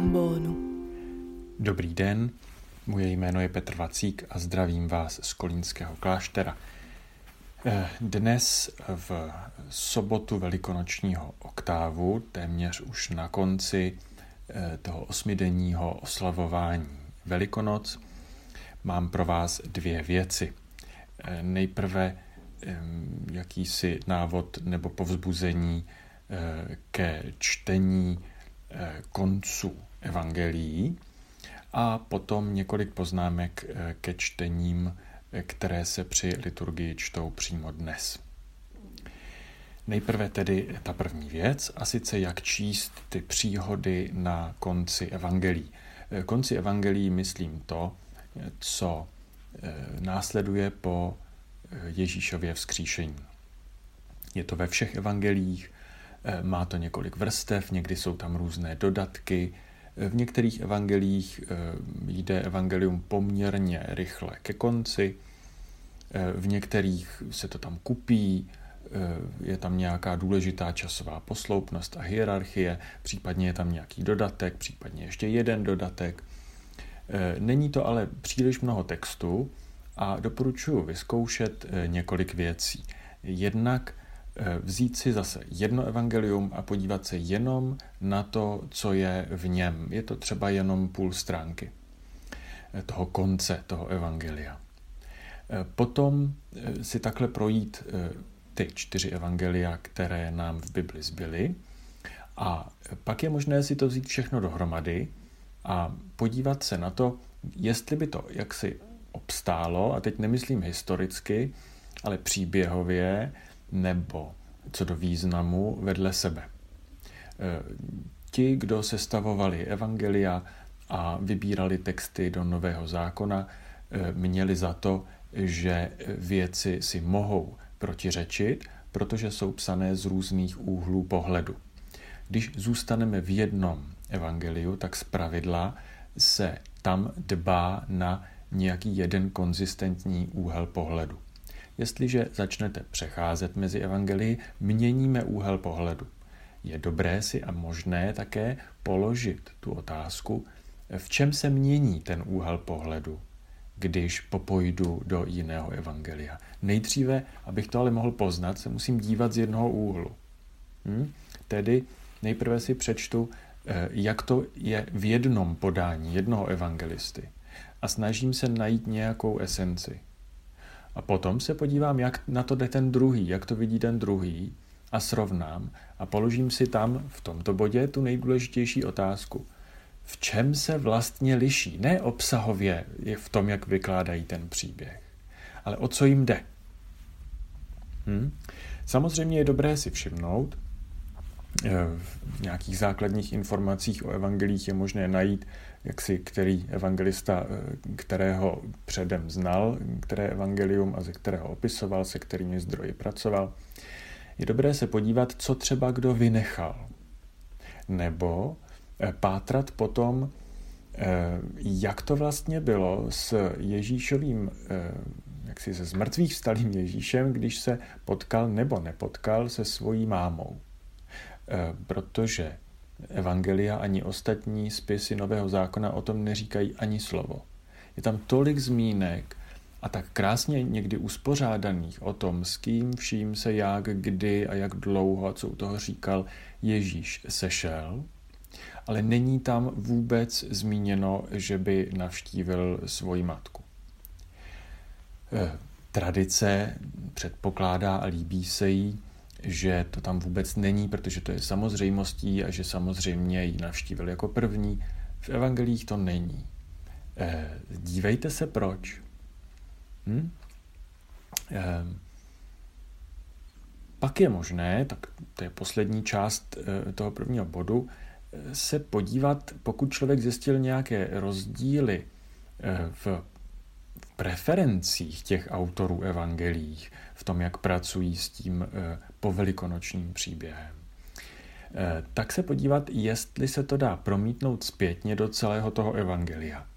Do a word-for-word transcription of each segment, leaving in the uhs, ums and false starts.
trombónu. Dobrý den, moje jméno je Petr Vacík a zdravím vás z Kolínského kláštera. Dnes v sobotu velikonočního oktávu, téměř už na konci toho osmidenního oslavování Velikonoc, mám pro vás dvě věci. Nejprve jakýsi návod nebo povzbuzení ke čtení konců evangelií a potom několik poznámek ke čtením, které se při liturgii čtou přímo dnes. Nejprve tedy ta první věc, a sice jak číst ty příhody na konci evangelií. Konci evangelií myslím to, co následuje po Ježíšově vzkříšení. Je to ve všech evangeliích, má to několik vrstev, někdy jsou tam různé dodatky. V některých evangeliích jde evangelium poměrně rychle ke konci, v některých se to tam kupí, je tam nějaká důležitá časová posloupnost a hierarchie, případně je tam nějaký dodatek, případně ještě jeden dodatek. Není to ale příliš mnoho textu a doporučuji vyzkoušet několik věcí. Jednak vzít si zase jedno evangelium a podívat se jenom na to, co je v něm. Je to třeba jenom půl stránky toho konce toho evangelia. Potom si takhle projít ty čtyři evangelia, které nám v Bibli zbyly, a pak je možné si to vzít všechno dohromady a podívat se na to, jestli by to jaksi obstálo, a teď nemyslím historicky, ale příběhově nebo co do významu vedle sebe. Ti, kdo sestavovali evangelia a vybírali texty do Nového zákona, měli za to, že věci si mohou protiřečit, protože jsou psané z různých úhlů pohledu. Když zůstaneme v jednom evangeliu, tak zpravidla se tam dbá na nějaký jeden konzistentní úhel pohledu. Jestliže začnete přecházet mezi evangelii, měníme úhel pohledu. Je dobré si a možné také položit tu otázku, v čem se mění ten úhel pohledu, když popojdu do jiného evangelia. Nejdříve, abych to ale mohl poznat, se musím dívat z jednoho úhlu. Hm? Tedy nejprve si přečtu, jak to je v jednom podání jednoho evangelisty a snažím se najít nějakou esenci. A potom se podívám, jak na to jde ten druhý, jak to vidí ten druhý a srovnám a položím si tam v tomto bodě tu nejdůležitější otázku. V čem se vlastně liší? Ne obsahově je v tom, jak vykládají ten příběh, ale o co jim jde. Hm? Samozřejmě je dobré si všimnout, v nějakých základních informacích o evangelích je možné najít, jak si který evangelista, kterého předem znal, které evangelium a ze kterého opisoval, se kterými zdroji pracoval. Je dobré se podívat, co třeba kdo vynechal. Nebo pátrat potom, jak to vlastně bylo s Ježíšovým, jaksi se zmrtvých vstalým Ježíšem, když se potkal nebo nepotkal se svojí mámou. Protože evangelia ani ostatní spisy Nového zákona o tom neříkají ani slovo. Je tam tolik zmínek a tak krásně někdy uspořádaných o tom, s kým vším se jak, kdy a jak dlouho a co u toho říkal Ježíš sešel, ale není tam vůbec zmíněno, že by navštívil svoji matku. Tradice předpokládá a líbí se jí, že to tam vůbec není, protože to je samozřejmostí a že samozřejmě ji navštívil jako první. V evangelích to není. E, dívejte se, proč. Hm? E, pak je možné, tak to je poslední část e, toho prvního bodu, e, se podívat, pokud člověk zjistil nějaké rozdíly e, v preferencích těch autorů evangelií, v tom, jak pracují s tím e, povelikonočním příběhem, e, tak se podívat, jestli se to dá promítnout zpětně do celého toho evangelia.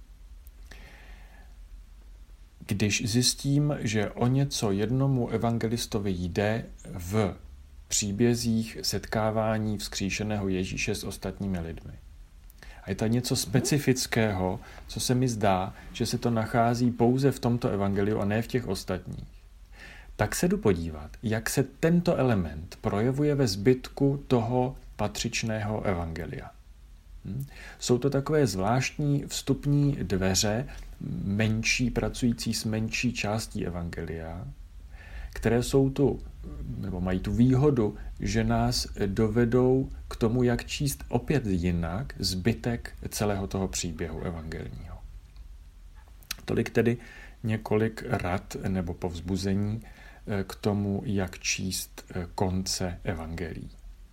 Když zjistím, že o něco jednomu evangelistovi jde v příbězích setkávání vzkříšeného Ježíše s ostatními lidmi, A je to něco specifického, co se mi zdá, že se to nachází pouze v tomto evangeliu a ne v těch ostatních. Tak se jdu podívat, jak se tento element projevuje ve zbytku toho patřičného evangelia. Hm? Jsou to takové zvláštní vstupní dveře, menší, pracující s menší částí evangelia, které jsou tu, nebo mají tu výhodu, že nás dovedou k tomu, jak číst opět jinak zbytek celého toho příběhu evangelního. Tolik tedy několik rad nebo povzbuzení k tomu, jak číst konce evangelií.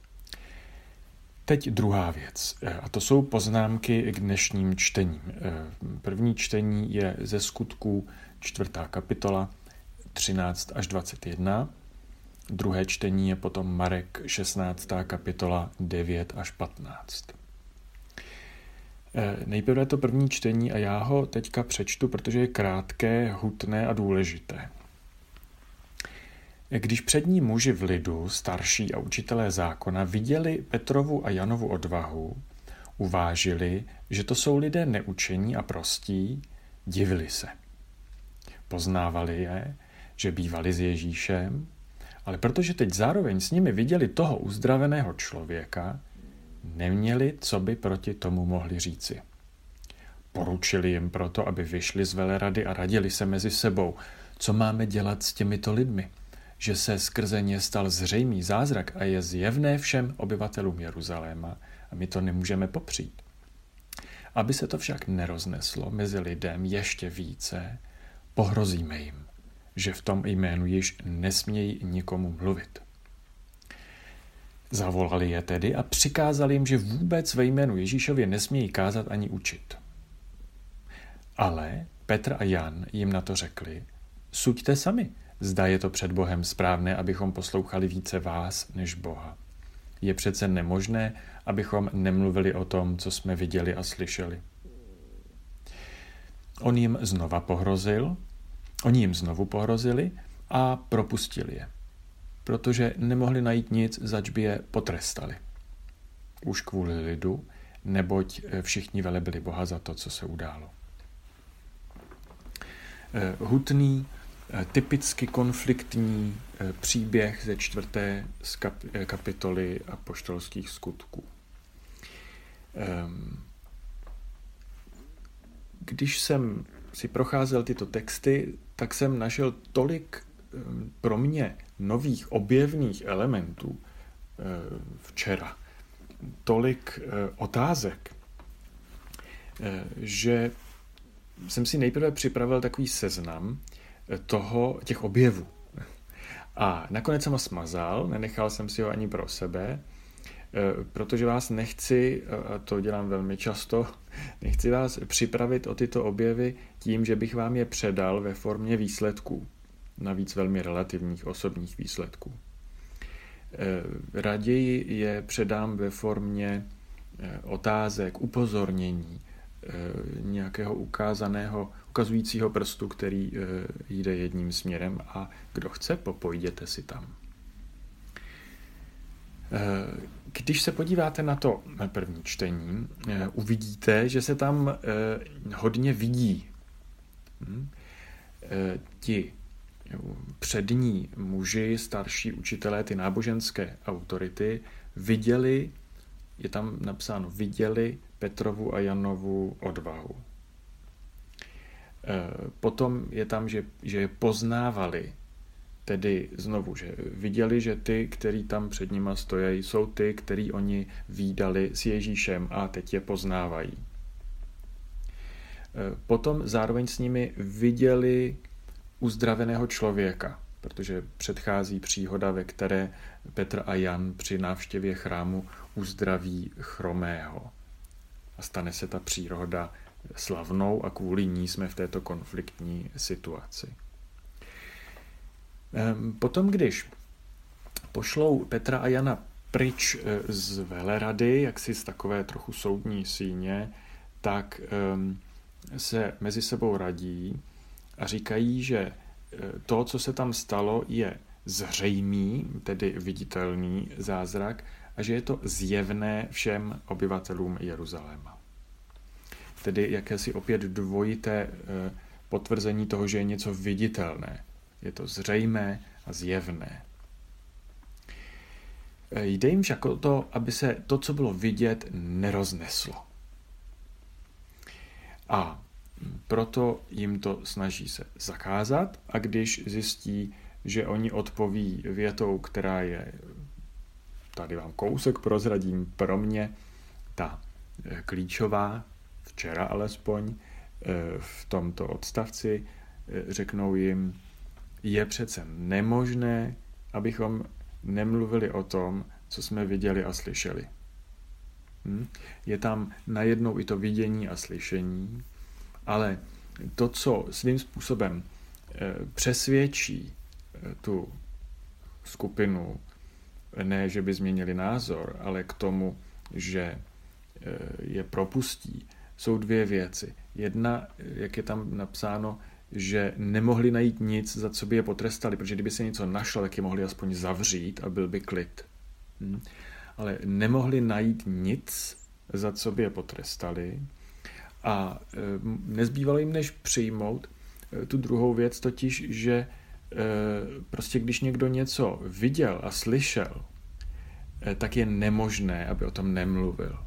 Teď druhá věc, a to jsou poznámky k dnešním čtením. První čtení je ze Skutků čtvrtá kapitola, třináct až dvacet jedna. Druhé čtení je potom Marek šestnáctá kapitola, devět až patnáct. Nejprve to první čtení a já ho teďka přečtu, protože je krátké, hutné a důležité. Když přední muži v lidu, starší a učitelé zákona, viděli Petrovu a Janovu odvahu, uvážili, že to jsou lidé neučení a prostí, divili se. Poznávali je, že bývali s Ježíšem, ale protože teď zároveň s nimi viděli toho uzdraveného člověka, neměli, co by proti tomu mohli říci. Poručili jim proto, aby vyšli z velerady a radili se mezi sebou, co máme dělat s těmito lidmi, že se skrze ně stal zřejmý zázrak a je zjevné všem obyvatelům Jeruzaléma a my to nemůžeme popřít. Aby se to však nerozneslo mezi lidem ještě více, pohrozíme jim, že v tom jménu již nesmějí nikomu mluvit. Zavolali je tedy a přikázali jim, že vůbec ve jménu Ježíšově nesmějí kázat ani učit. Ale Petr a Jan jim na to řekli, suďte sami, zda je to před Bohem správné, abychom poslouchali více vás než Boha. Je přece nemožné, abychom nemluvili o tom, co jsme viděli a slyšeli. On jim znova pohrozil, oni jim znovu pohrozili a propustili je, protože nemohli najít nic, zač by je potrestali. Už kvůli lidu, neboť všichni velebili Boha za to, co se událo. Hutný, typicky konfliktní příběh ze čtvrté kapitoly apoštolských skutků. Když jsem si procházel tyto texty, tak jsem našel tolik pro mě nových objevných elementů včera, tolik otázek, že jsem si nejprve připravil takový seznam toho, těch objevů. A nakonec jsem ho smazal, nenechal jsem si ho ani pro sebe, protože vás nechci, a to dělám velmi často, nechci vás připravit o tyto objevy tím, že bych vám je předal ve formě výsledků, navíc velmi relativních osobních výsledků. Raději je předám ve formě otázek, upozornění, nějakého ukázaného, ukazujícího prstu, který jde jedním směrem a kdo chce, popojděte si tam. Když se podíváte na to první čtení, uvidíte, že se tam hodně vidí. Ti přední muži, starší učitelé, ty náboženské autority, viděli, je tam napsáno, viděli Petrovu a Janovu odvahu. Potom je tam, že, že je poznávali, tedy znovu, že viděli, že ty, který tam před nima stojí, jsou ty, který oni vídali s Ježíšem a teď je poznávají. Potom zároveň s nimi viděli uzdraveného člověka, protože předchází příhoda, ve které Petr a Jan při návštěvě chrámu uzdraví chromého. A stane se ta příhoda slavnou a kvůli ní jsme v této konfliktní situaci. Potom, když pošlou Petra a Jana pryč z velerady, jaksi z takové trochu soudní síně, tak se mezi sebou radí a říkají, že to, co se tam stalo, je zřejmý, tedy viditelný zázrak a že je to zjevné všem obyvatelům Jeruzaléma. tedy jakési opět dvojité potvrzení toho, že je něco viditelné. Je to zřejmé a zjevné. Jde jim však o to, aby se to, co bylo vidět, nerozneslo. A proto jim to snaží se zakázat, a když zjistí, že oni odpoví větou, která je, tady vám kousek prozradím, pro mě ta klíčová, včera alespoň, v tomto odstavci, řeknou jim, je přece nemožné, abychom nemluvili o tom, co jsme viděli a slyšeli. Hm? Je tam najednou i to vidění a slyšení, ale to, co svým způsobem přesvědčí tu skupinu, ne, že by změnili názor, ale k tomu, že je propustí, jsou dvě věci. Jedna, jak je tam napsáno, že nemohli najít nic, za co by je potrestali, protože kdyby se něco našlo, tak je mohli aspoň zavřít a byl by klid. Hm? Ale nemohli najít nic, za co by je potrestali, a e, nezbývalo jim než přijmout e, tu druhou věc, totiž, že e, prostě když někdo něco viděl a slyšel, e, tak je nemožné, aby o tom nemluvil.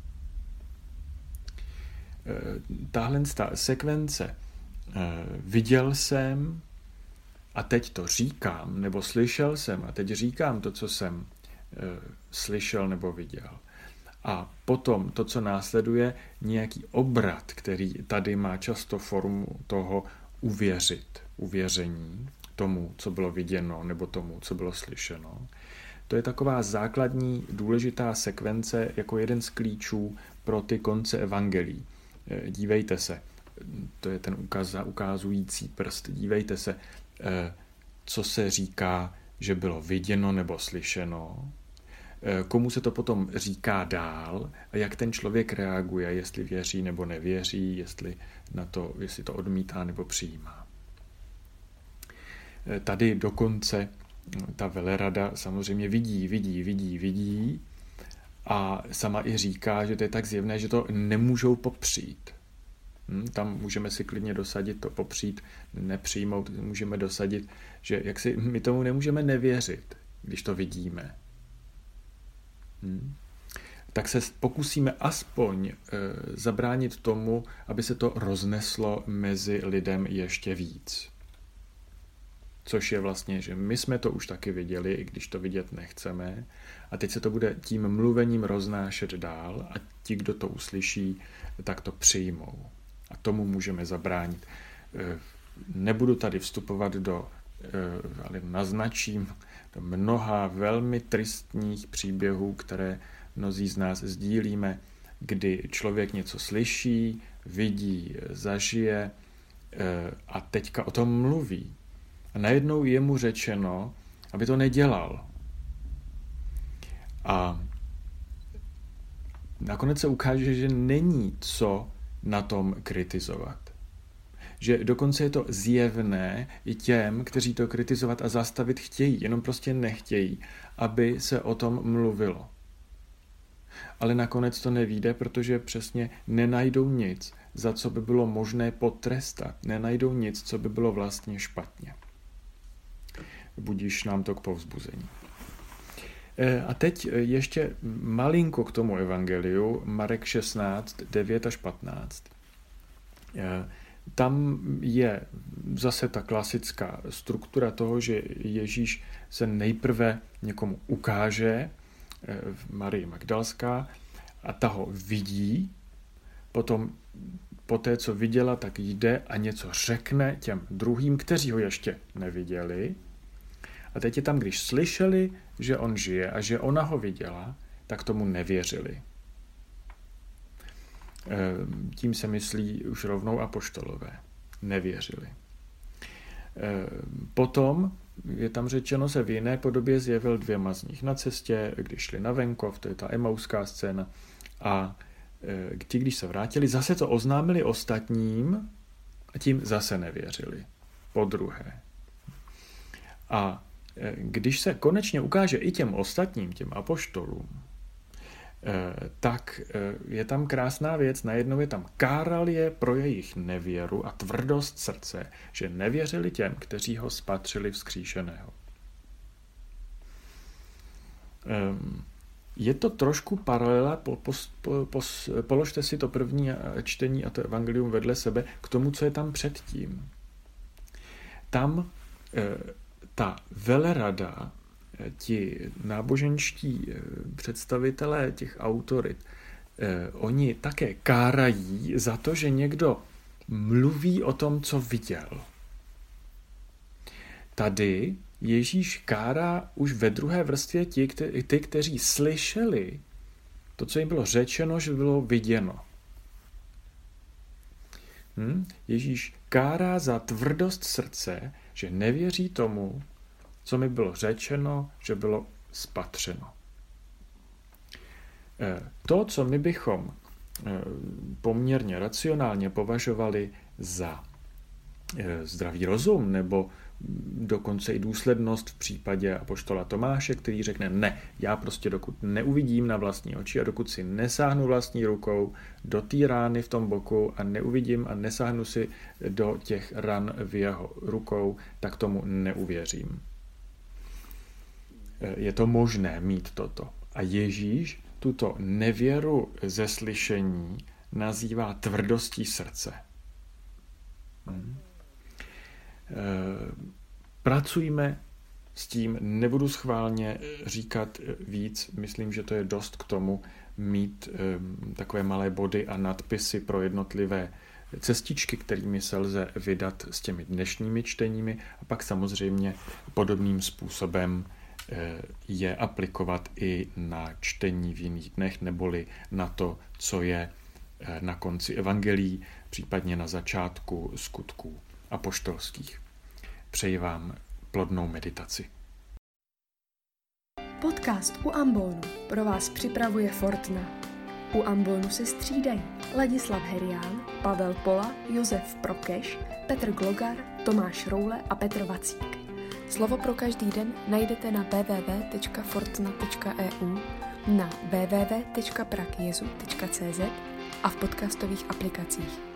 E, tahle ta sekvence e, viděl jsem a teď to říkám, nebo slyšel jsem a teď říkám to, co jsem e, slyšel nebo viděl. A potom to, co následuje, nějaký obrat, který tady má často formu toho uvěřit, uvěření tomu, co bylo viděno, nebo tomu, co bylo slyšeno. To je taková základní důležitá sekvence jako jeden z klíčů pro ty konce evangelií. Dívejte se, to je ten ukazující prst, dívejte se, co se říká, že bylo viděno nebo slyšeno, komu se to potom říká dál a jak ten člověk reaguje, jestli věří nebo nevěří, jestli, na to, jestli to odmítá nebo přijímá. Tady dokonce ta velerada samozřejmě vidí, vidí, vidí, vidí a sama i říká, že to je tak zjevné, že to nemůžou popřít. Hm, tam můžeme si klidně dosadit to popřít, nepřijmout, můžeme dosadit, že jak si, my tomu nemůžeme nevěřit, když to vidíme. Hmm. Tak se pokusíme aspoň e, zabránit tomu, aby se to rozneslo mezi lidem ještě víc. Což je vlastně, že my jsme to už taky viděli, i když to vidět nechceme, a teď se to bude tím mluvením roznášet dál a ti, kdo to uslyší, tak to přijmou. A tomu můžeme zabránit. E, nebudu tady vstupovat do, e, ale naznačím, do mnoha velmi tristních příběhů, které mnozí z nás sdílíme, kdy člověk něco slyší, vidí, zažije a teďka o tom mluví. A najednou je mu řečeno, aby to nedělal. A nakonec se ukáže, že není co na tom kritizovat. Že dokonce je to zjevné i těm, kteří to kritizovat a zastavit chtějí, jenom prostě nechtějí, aby se o tom mluvilo. Ale nakonec to nevyjde, protože přesně nenajdou nic, za co by bylo možné potrestat. Nenajdou nic, co by bylo vlastně špatně. Budíš nám to k povzbuzení. A teď ještě malinko k tomu evangeliu, Marek šestnáct, devět až patnáct. Tam je zase ta klasická struktura toho, že Ježíš se nejprve někomu ukáže, Marie Magdalská, a ta ho vidí, potom po té, co viděla, tak jde a něco řekne těm druhým, kteří ho ještě neviděli. A teď je tam, když slyšeli, že on žije a že ona ho viděla, tak tomu nevěřili. Tím se myslí už rovnou apoštolové. Nevěřili. Potom je tam řečeno, se v jiné podobě zjevil dvěma z nich na cestě, když šli na venkov, to je ta emauská scéna, a ti, když se vrátili, zase to oznámili ostatním a tím zase nevěřili. Po druhé. A když se konečně ukáže i těm ostatním, těm apoštolům, tak je tam krásná věc. Najednou je tam: káral je pro jejich nevěru a tvrdost srdce, že nevěřili těm, kteří ho spatřili vzkříšeného. Je to trošku paralela, po, po, po, po, položte si to první čtení a to evangelium vedle sebe k tomu, co je tam předtím. Tam ta velerada, ti náboženští představitelé těch autorit, oni také kárají za to, že někdo mluví o tom, co viděl. Tady Ježíš kárá už ve druhé vrstvě ti, kte- ty, kteří slyšeli to, co jim bylo řečeno, že bylo viděno. Hm? Ježíš kárá za tvrdost srdce, že nevěří tomu, co mi bylo řečeno, že bylo spatřeno. To, co my bychom poměrně racionálně považovali za zdravý rozum, nebo dokonce i důslednost v případě apoštola Tomáše, který řekne: ne, já prostě dokud neuvidím na vlastní oči a dokud si nesáhnu vlastní rukou do té rány v tom boku a neuvidím a nesáhnu si do těch ran v jeho rukou, tak tomu neuvěřím. Je to možné mít toto. A Ježíš tuto nevěru ze slyšení nazývá tvrdostí srdce. Hmm. Pracujme s tím, nebudu schválně říkat víc, myslím, že to je dost k tomu mít takové malé body a nadpisy pro jednotlivé cestičky, kterými se lze vydat s těmi dnešními čteními, a pak samozřejmě podobným způsobem je aplikovat i na čtení v jiných dnech, neboli na to, co je na konci evangelií, případně na začátku skutků apoštolských. Přeji vám plodnou meditaci. Podcast U ambonu pro vás připravuje Fortna. U ambonu se střídají Ladislav Herián, Pavel Pola, Josef Prokeš, Petr Glogar, Tomáš Roule a Petr Vacík. Slovo pro každý den najdete na w w w tečka fortna tečka e u, na w w w tečka prak jezu tečka c z a v podcastových aplikacích.